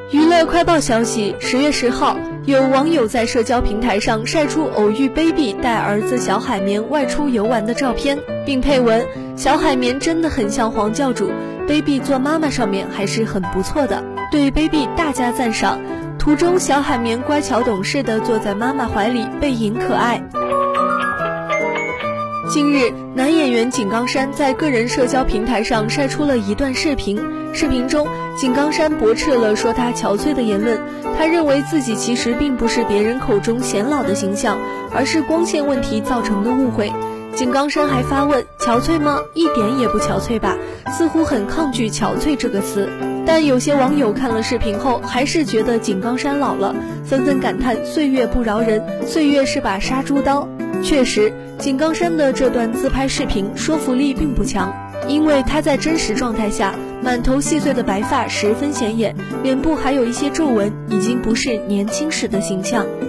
娱乐快报消息，10月10号，有网友在社交平台上晒出偶遇 baby 带儿子小海绵外出游玩的照片，并配文：小海绵真的很像黄教主 ，baby 做妈妈上面还是很不错的，对 baby 大加赞赏。图中小海绵乖巧懂事地坐在妈妈怀里，背影可爱。近日，男演员井冈山在个人社交平台上晒出了一段视频。视频中，井冈山驳斥了说他憔悴的言论。他认为自己其实并不是别人口中显老的形象，而是光线问题造成的误会。井冈山还发问：憔悴吗？一点也不憔悴吧？似乎很抗拒憔悴这个词。但有些网友看了视频后，还是觉得井冈山老了，纷纷感叹岁月不饶人，岁月是把杀猪刀。确实，井冈山的这段自拍视频说服力并不强，因为他在真实状态下，满头细碎的白发十分显眼，脸部还有一些皱纹，已经不是年轻时的形象。